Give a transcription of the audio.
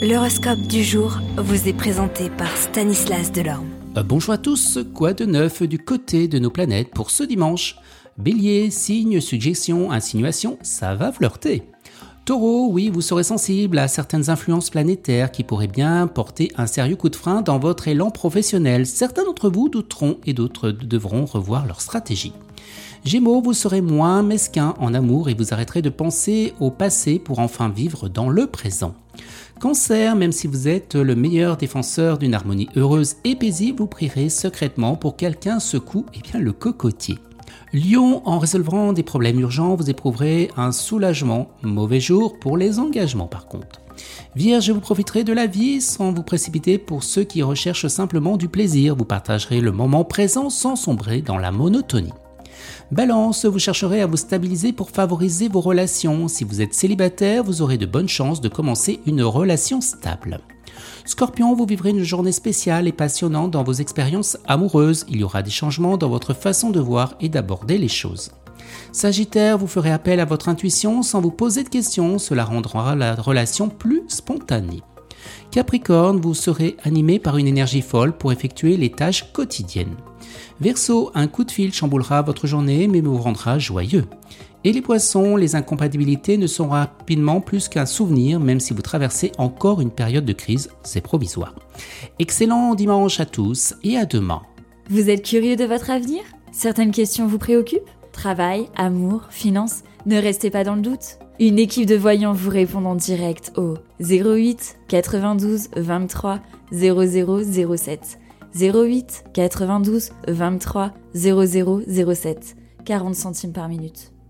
L'horoscope du jour vous est présenté par Stanislas Delorme. Bonjour à tous, quoi de neuf du côté de nos planètes pour ce dimanche? Bélier, signe, suggestion, insinuation, ça va flirter. Taureau, oui, vous serez sensible à certaines influences planétaires qui pourraient bien porter un sérieux coup de frein dans votre élan professionnel. Certains d'entre vous douteront et d'autres devront revoir leur stratégie. Gémeaux, vous serez moins mesquin en amour et vous arrêterez de penser au passé pour enfin vivre dans le présent. Cancer, même si vous êtes le meilleur défenseur d'une harmonie heureuse et paisible, vous prierez secrètement pour quelqu'un secoue le cocotier. Lion, en résolvant des problèmes urgents, vous éprouverez un soulagement. Mauvais jour pour les engagements par contre. Vierge, vous profiterez de la vie sans vous précipiter pour ceux qui recherchent simplement du plaisir. Vous partagerez le moment présent sans sombrer dans la monotonie. Balance, vous chercherez à vous stabiliser pour favoriser vos relations. Si vous êtes célibataire, vous aurez de bonnes chances de commencer une relation stable. Scorpion, vous vivrez une journée spéciale et passionnante dans vos expériences amoureuses. Il y aura des changements dans votre façon de voir et d'aborder les choses. Sagittaire, vous ferez appel à votre intuition sans vous poser de questions. Cela rendra la relation plus spontanée. Capricorne, vous serez animé par une énergie folle pour effectuer les tâches quotidiennes. Verseau, un coup de fil chamboulera votre journée mais vous rendra joyeux. Et les poissons, les incompatibilités ne sont rapidement plus qu'un souvenir, même si vous traversez encore une période de crise, c'est provisoire. Excellent dimanche à tous et à demain. Vous êtes curieux de votre avenir? Certaines questions vous préoccupent? Travail, amour, finances? Ne restez pas dans le doute. Une équipe de voyants vous répond en direct au 08 92 23 0007. 08 92 23 0007. 40 centimes par minute.